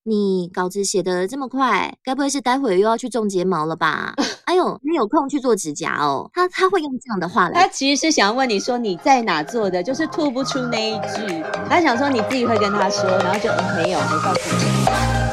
你稿子写得这么快，该不会是待会又要去种睫毛了吧？哎呦，你有空去做指甲哦。他会用这样的话来。 他其实是想问你说你在哪做的，就是吐不出那一句。他想说你自己会跟他说，然后就没有，没告诉你。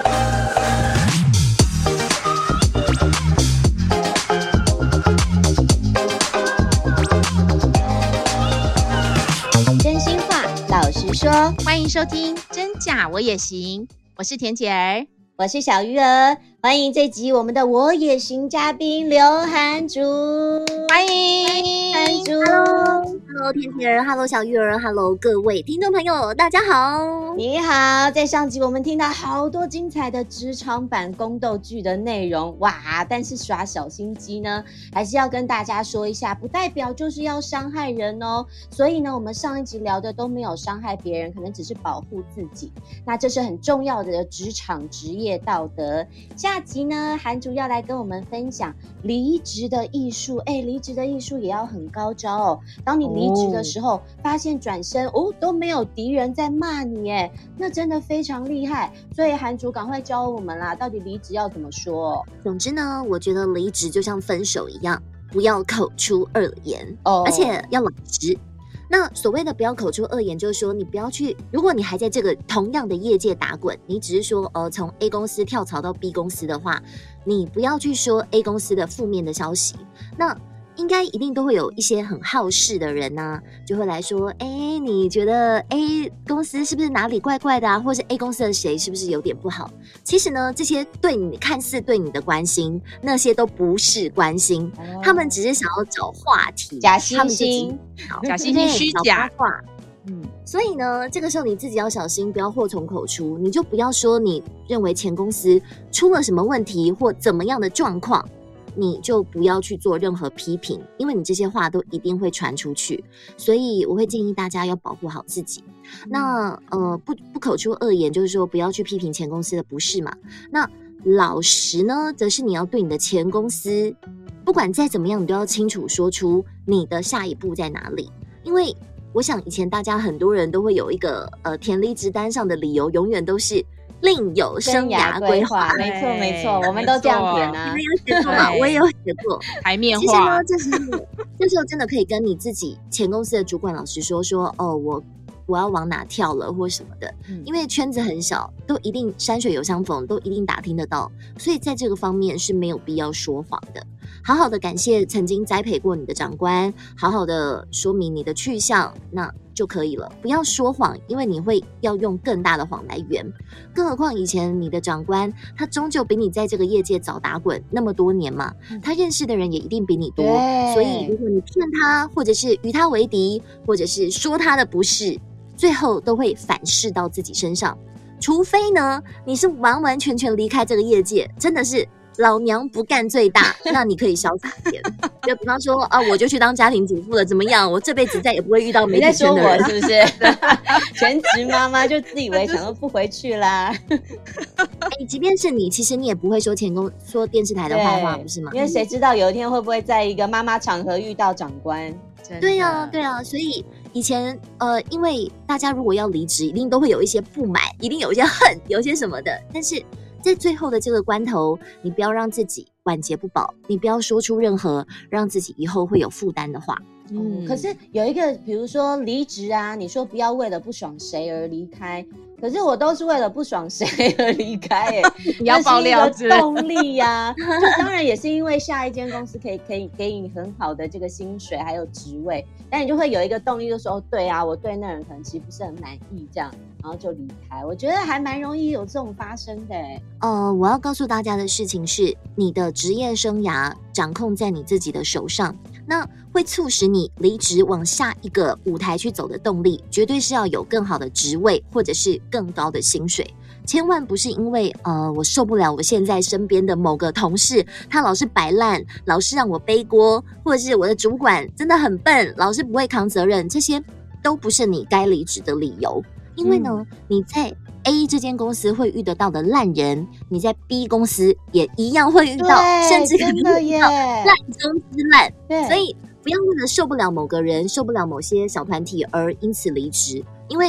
真心话，老实说， 欢迎收听真假我也行，我是田姐儿， 我是小鱼儿，欢迎这集我们的我也行嘉宾刘涵竹， 欢迎涵竹 Hello 甜甜儿 ，Hello 小鱼儿 ，Hello 各位听众朋友，大家好。 你好，在上集我们听到好多精彩的职场版宫斗剧的内容，哇！但是耍小心机呢，还是要跟大家说一下，不代表就是要伤害人哦。所以呢，我们上一集聊的都没有伤害别人，可能只是保护自己。那这是很重要的职场职业道德。下集呢，涵竹要来跟我们分享离职的艺术。离职的艺术也要很高招哦。当你离职的时候，发现转身都没有敌人在骂你，那真的非常厉害。所以涵竹赶快教我们啦，到底离职要怎么说？ 总之呢，我觉得离职就像分手一样，不要口出恶言，而且要老实。那所谓的不要口出恶言，就是说你不要去，如果你还在这个同样的业界打滚，你只是说从 A 公司跳槽到 B 公司的话，你不要去说 A 公司的负面的消息。那应该一定都会有一些很好事的人啊，就会来说，你觉得 A 公司是不是哪里怪怪的啊？或是 A 公司的谁是不是有点不好？其实呢，这些对你看似对你的关心，那些都不是关心，他们只是想要找话题， 假惺惺， 假惺惺虚假话。所以呢，这个时候你自己要小心，不要祸从口出，你就不要说你认为前公司出了什么问题或怎么样的状况。你就不要去做任何批评，因为你这些话都一定会传出去，所以我会建议大家要保护好自己。那不口出恶言，就是说不要去批评前公司的不是嘛。那老实呢，则是你要对你的前公司，不管再怎么样，你都要清楚说出你的下一步在哪里。因为我想以前大家很多人都会有一个填离职单上的理由，永远都是另有生涯规划。 没错没错，我们都这样填啊。 你们有写过吗？我也有写过台面话。其实呢，这时候真的可以跟你自己前公司的主管老师说我要往哪跳了或什么的，因为圈子很小，都一定山水有相逢，都一定打听得到，所以在这个方面是没有必要说谎的。好好的感谢曾经栽培过你的长官，好好的说明你的去向，那就可以了。不要说谎，因为你会要用更大的谎来圆。更何况以前你的长官，他终究比你在这个业界早打滚那么多年嘛，他认识的人也一定比你多。所以如果你骗他，或者是与他为敌，或者是说他的不是，最后都会反噬到自己身上。除非呢，你是完完全全离开这个业界，真的是老娘不干最大，那你可以潇洒一点。就比方说我就去当家庭主妇了，怎么样？我这辈子再也不会遇到媒体圈的人。 你在说我是不是？全职妈妈就自以为想说不回去啦。 即便是你，其实你也不会说说电视台的坏话，不是吗？ 因为谁知道有一天会不会在一个妈妈场合遇到长官？ 对啊，所以以前因为大家如果要离职，一定都会有一些不满，一定有一些恨，有一些什么的，但是在最后的这个关头，你不要让自己晚节不保，你不要说出任何让自己以后会有负担的话。 可是有一个比如说离职啊，你说不要为了不爽谁而离开，可是我都是为了不爽谁而离开你要爆料这是一个动力呀。就当然也是因为下一间公司可以给你很好的这个薪水还有职位，但你就会有一个动力，就说对啊，我对那人可能其实不是很满意这样，然后就离开。我觉得还蛮容易有这种发生的我要告诉大家的事情是，你的职业生涯掌控在你自己的手上，那会促使你离职往下一个舞台去走的动力，绝对是要有更好的职位或者是更高的薪水。千万不是因为我受不了我现在身边的某个同事，他老是摆烂，老是让我背锅，或者是我的主管真的很笨，老是不会扛责任，这些都不是你该离职的理由。因为呢，你在 A 这间公司会遇得到的烂人，你在 B 公司也一样会遇到，甚至可能会遇到烂中之烂。所以不要为了受不了某个人，受不了某些小团体而因此离职，因为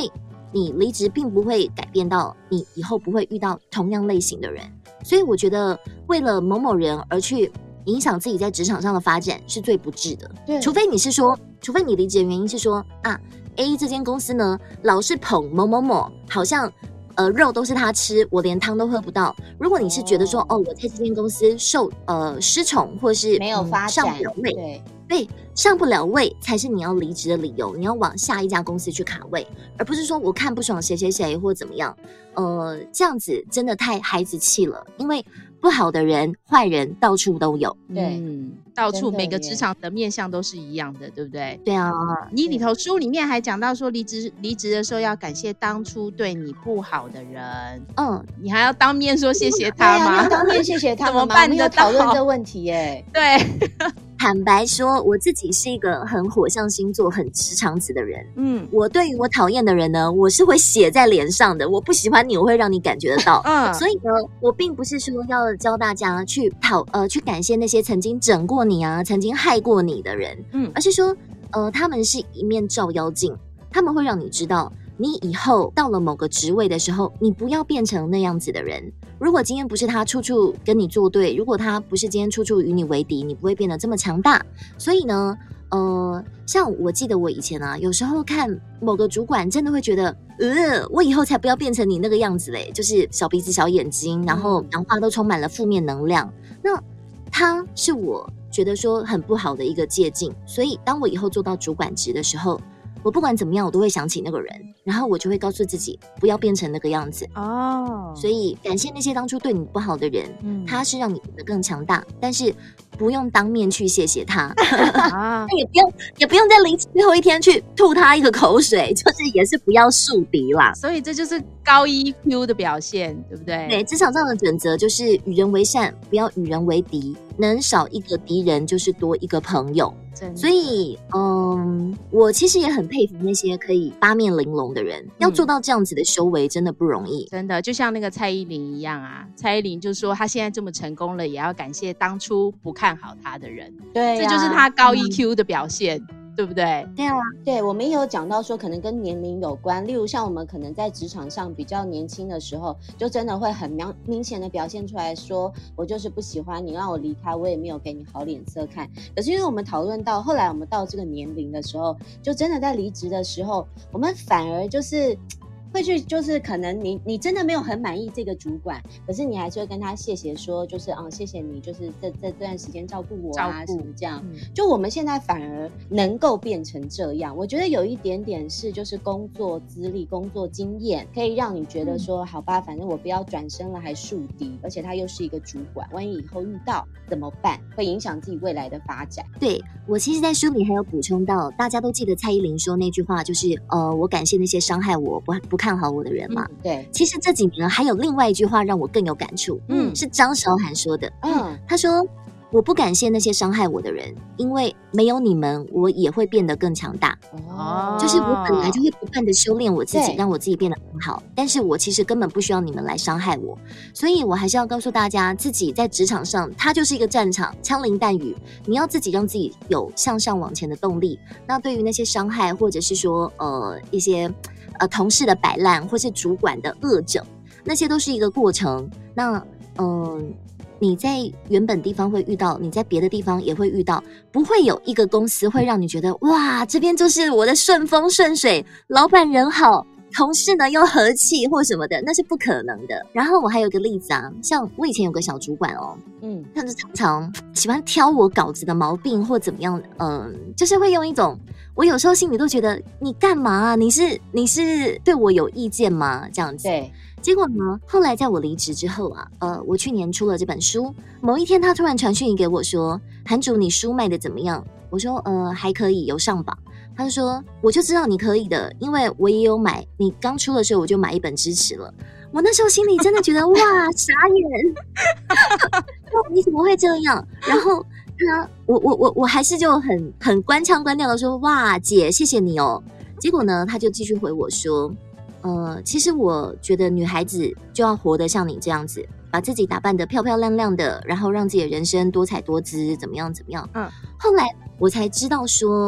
你离职并不会改变到你以后不会遇到同样类型的人。所以我觉得为了某某人而去影响自己在职场上的发展是最不智的。 对， 除非你离职的原因是说A 这间公司呢老是捧某某某，好像肉都是他吃，我连汤都喝不到。如果你是觉得说我在这间公司失宠，或是没有发展， 上不了位，对，上不了位才是你要离职的理由，你要往下一家公司去卡位，而不是说我看不爽谁谁谁或怎么样。这样子真的太孩子气了，因为不好的人、坏人到处都有。 对， 到处每个职场的面向都是一样的，对不对？ 对啊， 你里头书里面还讲到说，离职的时候要感谢当初对你不好的人。你还要当面说谢谢他吗？ 对啊，要当面谢谢他们吗？ 怎么办我们有讨论这问题耶。 对。 坦白说，我自己是一个很火象星座、很直肠子的人。我对于我讨厌的人呢，我是会写在脸上的。我不喜欢你，我会让你感觉得到。所以呢，我并不是说要教大家去感谢那些曾经整过你啊、曾经害过你的人。而是说，他们是一面照妖镜，他们会让你知道，你以后到了某个职位的时候，你不要变成那样子的人。如果今天不是他处处跟你作对，如果他不是今天处处与你为敌，你不会变得这么强大。所以呢，像我记得我以前有时候看某个主管，真的会觉得，我以后才不要变成你那个样子嘞，就是小鼻子小眼睛，然后讲话都充满了负面能量。那他是我觉得说很不好的一个借镜，所以当我以后做到主管职的时候，我不管怎么样，我都会想起那个人，然后我就会告诉自己不要变成那个样子。所以感谢那些当初对你不好的人，他是让你变得更强大，但是不用当面去谢谢他，也不用在离职最后一天去吐他一个口水，就是也是不要树敌啦。 所以这就是高 EQ 的表现，对不对？ 对，职场上的准则就是与人为善，不要与人为敌，能少一个敌人就是多一个朋友。所以我其实也很佩服那些可以八面玲珑的人，要做到这样子的修为真的不容易。 真的就像那个蔡依林一样啊，蔡依林就说她现在这么成功了，也要感谢当初不看好她的人。 对， 这就是她高 EQ 的表现。对不对？ 对啊， 对，我们也有讲到说可能跟年龄有关，例如像我们可能在职场上比较年轻的时候，就真的会很明显的表现出来说，我就是不喜欢你，让我离开，我也没有给你好脸色看。可是因为我们讨论到后来我们到这个年龄的时候，就真的在离职的时候，我们反而就是会去，就是可能你真的没有很满意这个主管，可是你还是会跟他谢谢说，就是谢谢你，就是这段时间照顾我啊，什么这样。就我们现在反而能够变成这样，我觉得有一点点是就是工作资历、工作经验，可以让你觉得说，好吧，反正我不要转身了还树敌，而且他又是一个主管，万一以后遇到怎么办？会影响自己未来的发展。 对，我其实在书里还有补充到，大家都记得蔡依林说那句话，就是我感谢那些伤害我不看好我的人嘛。 对， 其实这几年还有另外一句话让我更有感触，是张韶涵说的。他说我不感谢那些伤害我的人，因为没有你们，我也会变得更强大。就是我本来就会不断的修炼我自己，让我自己变得很好，但是我其实根本不需要你们来伤害我，所以我还是要告诉大家，自己在职场上它就是一个战场，枪林弹雨，你要自己让自己有向上往前的动力。那对于那些伤害，或者是说一些同事的摆烂，或是主管的恶整，那些都是一个过程。那你在原本地方会遇到，你在别的地方也会遇到，不会有一个公司会让你觉得哇，这边就是我的顺风顺水，老板人好，同事呢又和气或什么的，那是不可能的。然后我还有一个例子啊，像我以前有个小主管他就常常喜欢挑我稿子的毛病或怎么样，就是会用一种，我有时候心里都觉得你干嘛啊？你是对我有意见吗？这样子。 对。 结果呢，后来在我离职之后啊，我去年出了这本书，某一天他突然传讯给我说，韩主你书卖的怎么样？我说还可以，有上榜。他就说我就知道你可以的，因为我也有买，你刚出的时候我就买一本支持了。我那时候心里真的觉得哇，傻眼，你怎么会这样？然后我还是就很官腔官调的说，哇姐谢谢你哦。结果呢，他就继续回我说，其实我觉得女孩子就要活得像你这样子，把自己打扮得漂漂亮亮的，然后让自己的人生多彩多姿，怎么样怎么样。后来我才知道说，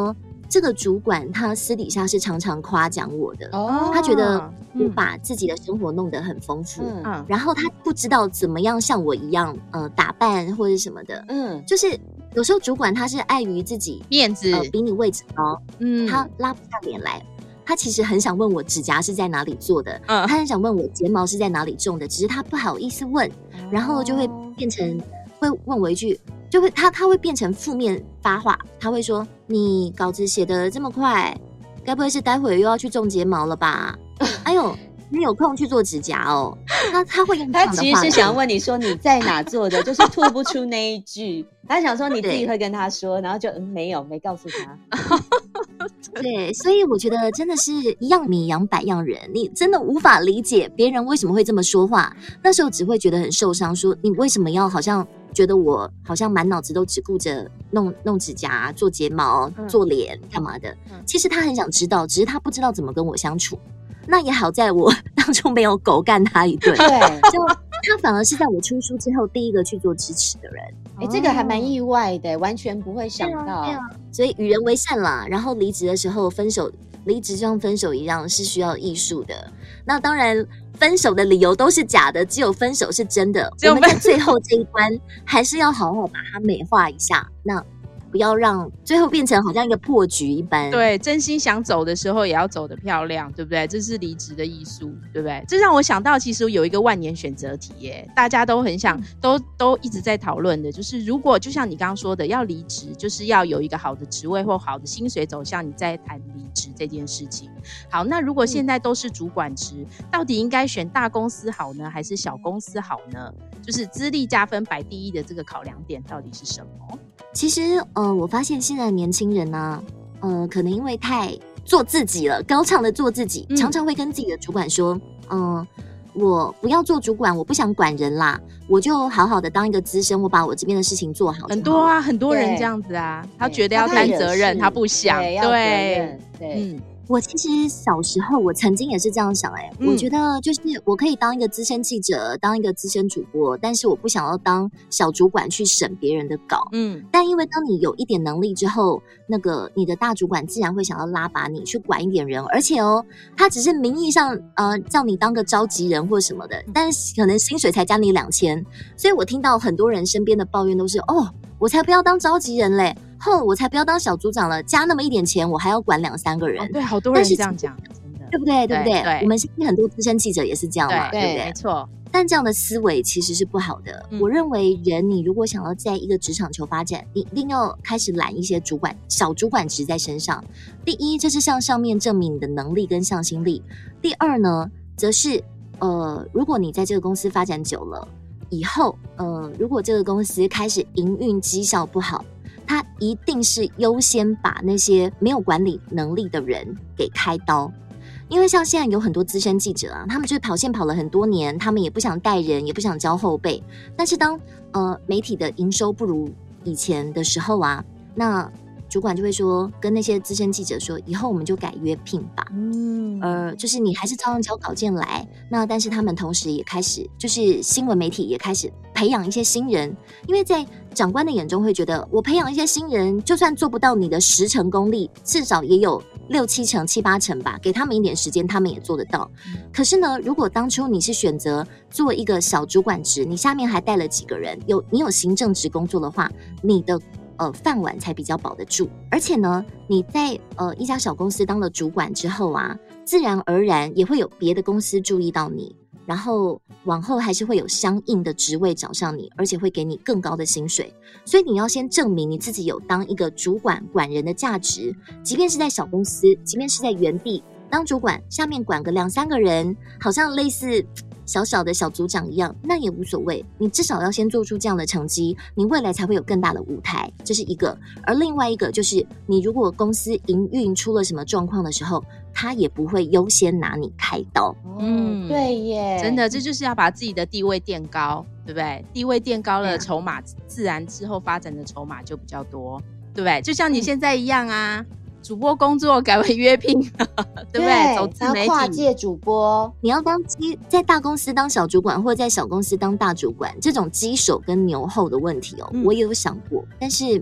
这个主管他私底下是常常夸奖我的，他觉得我把自己的生活弄得很丰富，然后他不知道怎么样像我一样打扮或者什么的，就是有时候主管他是碍于自己面子， 比你位置高，他拉不下脸来。他其实很想问我指甲是在哪里做的，他很想问我睫毛是在哪里种的，只是他不好意思问，然后就会变成会问我一句，就会他会变成负面发话，他会说你稿子写得这么快，该不会是待会又要去种睫毛了吧？哎呦，你有空去做指甲哦。他会用这样的话， 他其实是想问你说你在哪做的，就是吐不出那一句。他想说你自己会跟他说，然后就没告诉他。 对，所以我觉得真的是一样米养百样人，你真的无法理解别人为什么会这么说话。那时候只会觉得很受伤，说你为什么要好像觉得我好像满脑子都只顾着弄指甲、做睫毛、做脸干嘛的。其实他很想知道，只是他不知道怎么跟我相处。那也好在我当初没有狗干他一顿， 对， 就他反而是在我出书之后第一个去做支持的人。 这个还蛮意外的，完全不会想到。对啊， 所以与人为善啦。然后离职的时候离职就像分手一样是需要艺术的。那当然分手的理由都是假的，只有分手是真的。我们在最后这一关还是要好好把它美化一下，那不要让最后变成好像一个破局一般。 对，真心想走的时候也要走得漂亮，对不对？这是离职的艺术，对不对？这让我想到其实有一个万年选择题耶，大家都很想都一直在讨论的，就是如果就像你刚刚说的要离职，就是要有一个好的职位或好的薪水走向，你在谈离职这件事情。好，那如果现在都是主管职，到底应该选大公司好呢还是小公司好呢？就是资历加分摆第一的这个考量点到底是什么？ 其实我发现现在的年轻人呢，可能因为太做自己了，高亢的做自己，常常会跟自己的主管说，我不要做主管，我不想管人啦，我就好好的当一个资深，我把我这边的事情做好。 很多啊，很多人这样子啊，他觉得要担责任，他不想。对， 我其实小时候我曾经也是这样想，我觉得就是我可以当一个资深记者，当一个资深主播，但是我不想要当小主管去审别人的稿。但因为当你有一点能力之后，那个你的大主管自然会想要拉拔你去管一点人，而且他只是名义上叫你当个召集人或什么的，但是可能薪水才加你2000。所以我听到很多人身边的抱怨都是我才不要当召集人嘞，我才不要当小组长了，加那么一点钱我还要管2-3个人。 对，好多人这样讲，真的， 对不对？对不对？我们身边很多资深记者也是这样嘛，对不对？ 没错。 但这样的思维其实是不好的。我认为人你如果想要在一个职场求发展，你一定要开始揽一些小主管职在身上。第一，这是向上面证明你的能力跟向心力。第二呢，则是如果你在这个公司发展久了以后，如果这个公司开始营运绩效不好，他一定是优先把那些没有管理能力的人给开刀。因为像现在有很多资深记者啊，他们就是跑线跑了很多年，他们也不想带人，也不想教后辈。但是当媒体的营收不如以前的时候啊，那主管就会说，跟那些资深记者说，以后我们就改约聘吧。就是你还是照样交稿件来，那但是他们同时也开始，就是新闻媒体也开始培养一些新人，因为在长官的眼中会觉得，我培养一些新人，就算做不到你的10成功力，至少也有6-7成、7-8成吧，给他们一点时间，他们也做得到。可是呢，如果当初你是选择做一个小主管职，你下面还带了几个人，你有行政职工作的话，你的饭碗才比较保得住。而且呢，你在一家小公司当了主管之后啊，自然而然也会有别的公司注意到你，然后往后还是会有相应的职位找上你，而且会给你更高的薪水。所以你要先证明你自己有当一个主管管人的价值，即便是在小公司，即便是在原地当主管，下面管个2-3个人，好像类似小小的小组长一样，那也无所谓。你至少要先做出这样的成绩，你未来才会有更大的舞台，这是一个。而另外一个就是，你如果公司营运出了什么状况的时候，他也不会优先拿你开刀。 对耶， 真的，这就是要把自己的地位垫高，对不对？地位垫高了，筹码自然之后发展的筹码就比较多，对不对？就像你现在一样啊。主播工作改为约聘，对不对？走自媒体， 跨界主播， 你要在大公司当小主管，或者在小公司当大主管，这种鸡首跟牛后的问题我也有想过。但是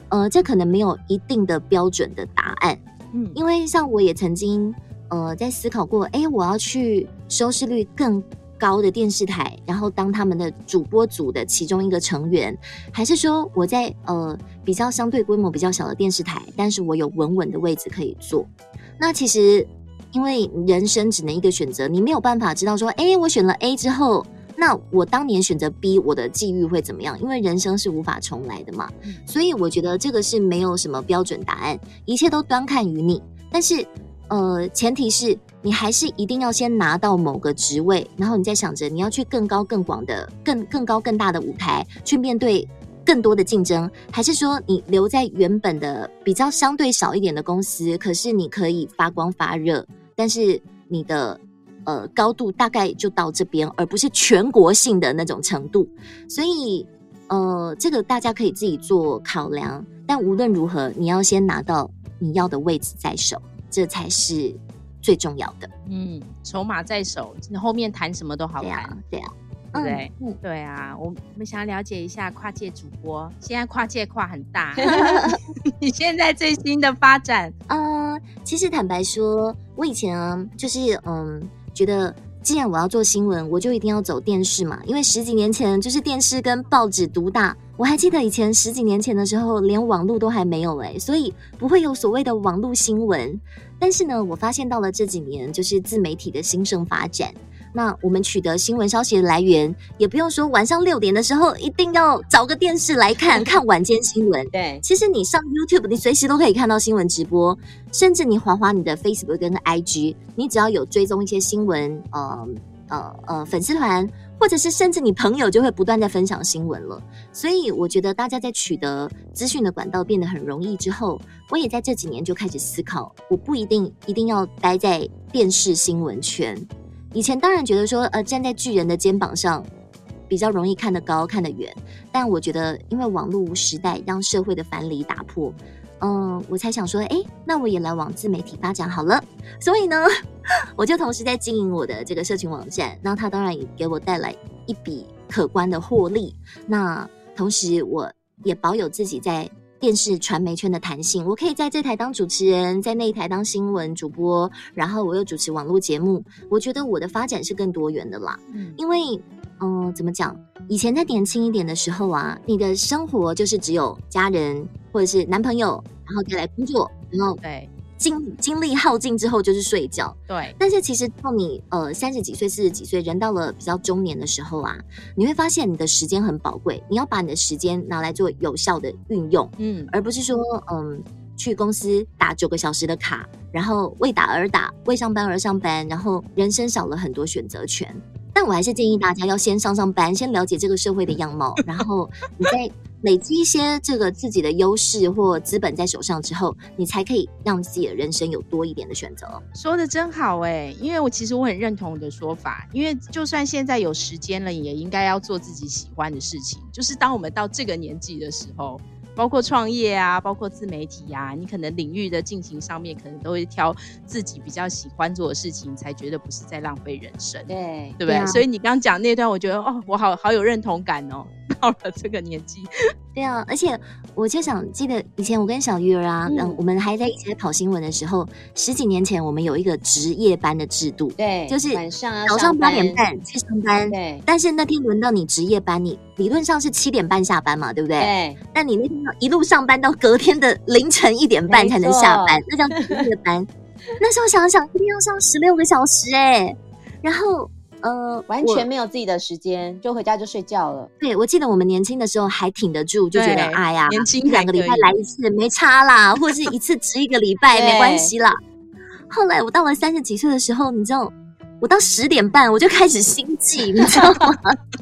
这可能没有一定的标准的答案。因为像我也曾经在思考过，我要去收视率更高的电视台，然后当他们的主播组的其中一个成员，还是说我在比较相对规模比较小的电视台，但是我有稳稳的位置可以做。那其实因为人生只能一个选择，你没有办法知道说我选了 A 之后，那我当年选择 B 我的际遇会怎么样，因为人生是无法重来的嘛。所以我觉得这个是没有什么标准答案，一切都端看于你。但是前提是你还是一定要先拿到某个职位，然后你再想着你要去更高更广的更高更大的舞台去面对更多的竞争，还是说你留在原本的比较相对少一点的公司，可是你可以发光发热，但是你的高度大概就到这边，而不是全国性的那种程度。所以这个大家可以自己做考量，但无论如何你要先拿到你要的位置在手，这才是最重要的。 筹码在手，后面谈什么都好谈。 对啊， 对不对？对啊，我们想要了解一下跨界主播，现在跨界跨很大。你现在最新的发展？ 其实坦白说，我以前就是觉得既然我要做新闻，我就一定要走电视嘛，因为10几年前就是电视跟报纸独大。我还记得以前10几年前的时候，连网络都还没有所以不会有所谓的网络新闻。但是呢，我发现到了这几年，就是自媒体的兴盛发展。那我们取得新闻消息的来源，也不用说晚上6点的时候一定要找个电视来看晚间新闻。 对， 其实你上 YouTube， 你随时都可以看到新闻直播，甚至你滑你的 Facebook 跟 IG， 你只要有追踪一些新闻粉丝团，或者是甚至你朋友就会不断在分享新闻了。所以我觉得大家在取得资讯的管道变得很容易之后，我也在这几年就开始思考，我不一定要待在电视新闻圈。以前当然觉得说站在巨人的肩膀上比较容易看得高看得远，但我觉得因为网络时代让社会的藩篱打破，我才想说那我也来往自媒体发展好了。所以呢，我就同时在经营我的这个社群网站，那它当然也给我带来一笔可观的获利。那同时我也保有自己在电视传媒圈的弹性，我可以在这台当主持人，在那一台当新闻主播，然后我又主持网络节目。我觉得我的发展是更多元的啦。因为怎么讲，以前在年轻一点的时候啊，你的生活就是只有家人或者是男朋友，然后再来工作，然后对精力耗尽之后就是睡觉。 对， 但是其实到你30几岁40几岁，人到了比较中年的时候啊，你会发现你的时间很宝贵，你要把你的时间拿来做有效的运用，而不是说去公司打9个小时的卡，然后为打而打，为上班而上班，然后人生少了很多选择权。但我还是建议大家要先上班，先了解这个社会的样貌，然后你再累积一些这个自己的优势或资本在手上之后，你才可以让自己的人生有多一点的选择。 说得真好因为其实我很认同你的说法，因为就算现在有时间了，也应该要做自己喜欢的事情。就是当我们到这个年纪的时候，包括创业啊，包括自媒体啊，你可能领域的进行上面可能都会挑自己比较喜欢做的事情，才觉得不是在浪费人生， 对不对？所以你刚刚讲那段，我觉得我好有认同感哦。到了这个年纪， 对啊，而且我就记得以前我跟小鱼儿啊，我们还在一起在跑新闻的时候，10几年前我们有一个值夜班的制度， 对， 就是晚上早上8点半去上班， 对， 但是那天轮到你值夜班，你理论上是7点半下班嘛，对不对？ 对， 但你那天要一路上班到隔天的凌晨1点半才能下班，那叫值夜班。那时候想想，一定要上16个小时然后。 完全没有自己的时间，就回家就睡觉了。 对，我记得我们年轻的时候还挺得住，就觉得哎呀， 年轻 2个礼拜来一次没差啦，或者是一次值1个礼拜没关系啦。后来我到了30几岁的时候，你知道，我到10点半我就开始心悸，你知道吗？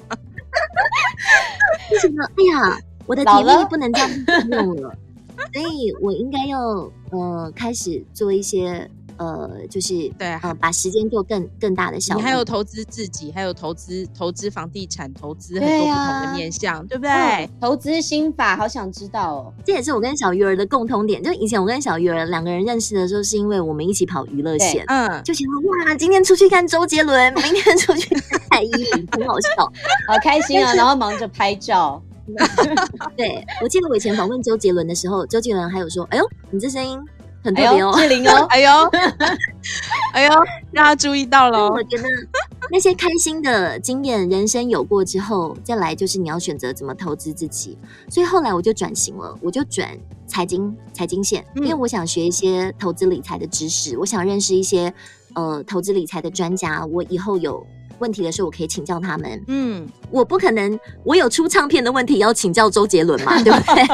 就觉得哎呀，我的体力不能这样用了，所以我应该要开始做一些。就是对把时间做更大的效率。 你还有投资自己，还有投资房地产，投资很多不同的面向，对不对？ 投资心法好想知道哦。 这也是我跟小鱼儿的共通点，就以前我跟小鱼儿2个人认识的时候，是因为我们一起跑娱乐线，就觉得哇，今天出去看周杰伦，明天出去看蔡依林，很好笑， 好开心啊！然后忙着拍照。 对，我记得我以前访问周杰伦的时候，周杰伦还有说：“哎呦，你这声音很特别哦， 志玲哦， 哎呦，哎呦，让他注意到了。” 我觉得那些开心的经验，人生有过之后，再来就是你要选择怎么投资自己。所以后来我就转型了，我就转财经线，因为我想学一些投资理财的知识，我想认识一些投资理财的专家，我以后有问题的时候我可以请教他们。我不可能我有出唱片的问题要请教周杰伦嘛，对不对？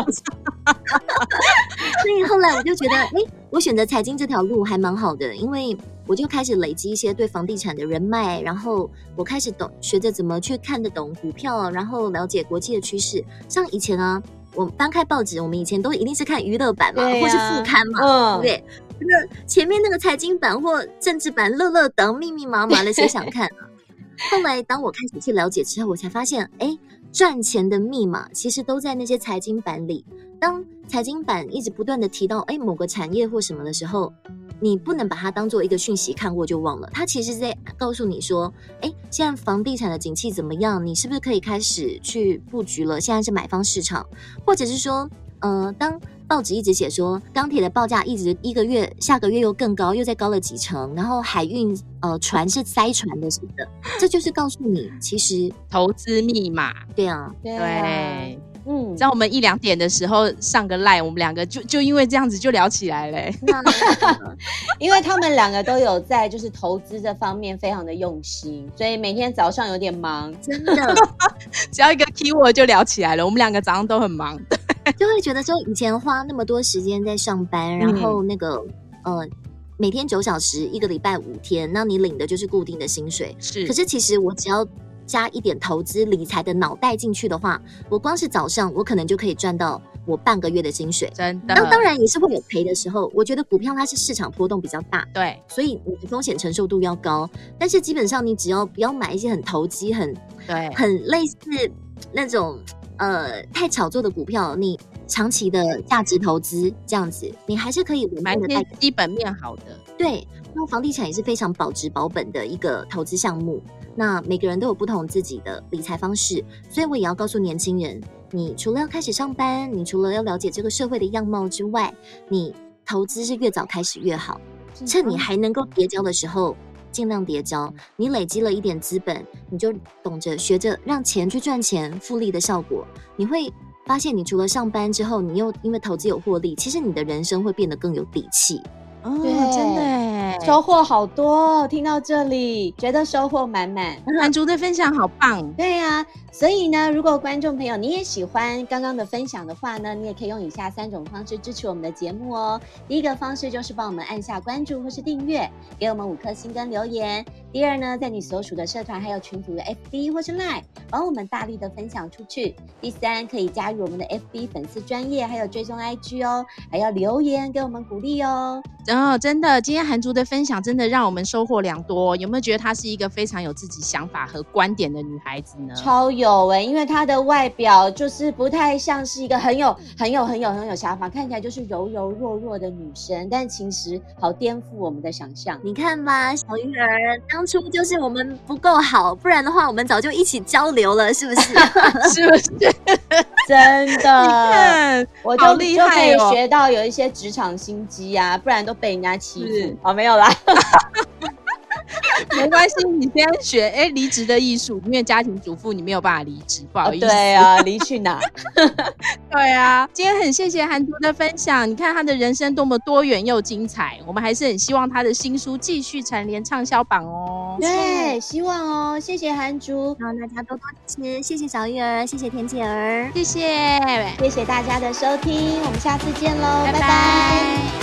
所以后来我就觉得我选择财经这条路还蛮好的，因为我就开始累积一些对房地产的人脉，然后我开始学着怎么去看得懂股票，然后了解国际的趋势。像以前啊，我翻开报纸，我们以前都一定是看娱乐版嘛，或是副刊嘛，对不对？那前面那个财经版或政治版乐等密密麻麻的，谁想看啊？后来当我开始去了解之后，我才发现赚钱的密码其实都在那些财经版里。当财经版一直不断的提到某个产业或什么的时候，你不能把它当做一个讯息看过就忘了，它其实在告诉你说现在房地产的景气怎么样，你是不是可以开始去布局了，现在是买方市场。或者是说当报纸一直写说钢铁的报价一直一个月下个月又更高，又再高了几成，然后海运船是塞船的什么的，这就是告诉你其实投资密码。 对啊， 对。在我们1、2点的时候上个 LINE， 我们两个就因为这样子就聊起来了。 因为他们两个都有在就是投资这方面非常的用心，所以每天早上有点忙， 真的只要一个 keyword 就聊起来了。我们两个早上都很忙， 就会觉得说以前花那么多时间在上班，然后那个每天9小时，一个礼拜5天，那你领的就是固定的薪水。 是， 可是其实我只要加一点投资理财的脑袋进去的话，我光是早上我可能就可以赚到我半个月的薪水。 真的。 当然也是会有赔的时候，我觉得股票它是市场波动比较大， 对， 所以你的风险承受度要高。但是基本上你只要不要买一些很投机、很类似那种太炒作的股票，你长期的价值投资这样子，你还是可以稳定的买基本面好的。 对，那房地产也是非常保值保本的一个投资项目。那每个人都有不同自己的理财方式，所以我也要告诉年轻人，你除了要开始上班，你除了要了解这个社会的样貌之外，你投资是越早开始越好，趁你还能够叠交的时候尽量叠交。你累积了一点资本，你就懂着学着让钱去赚钱，复利的效果，你会发现你除了上班之后，你又因为投资有获利，其实你的人生会变得更有底气。 对， 真的耶， 收获好多哦，听到这里觉得收获满满。 韩竹的分享好棒。 对啊，所以呢，如果观众朋友你也喜欢刚刚的分享的话呢，你也可以用以下3种方式支持我们的节目哦。第一个方式就是帮我们按下关注或是订阅，给我们5颗星跟留言。第二呢，在你所属的社团还有群组的 FB 或是 LINE 帮我们大力的分享出去。第3，可以加入我们的 FB 粉丝专页，还有追踪 IG 哦，还要留言给我们鼓励哦。 真的，今天韩竹的分享真的让我们收获良多。有没有觉得她是一个非常有自己想法和观点的女孩子呢？ 超有因为她的外表就是不太像是一个很有想法，看起来就是柔柔弱弱的女生，但其实好颠覆我们的想象。 你看吧，小鱼儿，当初就是我们不够好，不然的话我们早就一起交流了，是不是？ 是不是？ 真的， 你看， 我好厉害就可以学到有一些职场心机啊，不然都被人家欺负。没有啦。 没关系，你先学离职的艺术，因为家庭主妇你没有办法离职，不好意思。 对啊，离去哪？ 对啊，今天很谢谢韩竹的分享，你看她的人生多么多元又精彩，我们还是很希望她的新书继续蝉联畅销榜哦。 对，希望哦，谢谢韩竹， 让大家多多支持，谢谢小玉儿，谢谢田姐儿， 谢谢大家的收听，我们下次见喽，拜拜。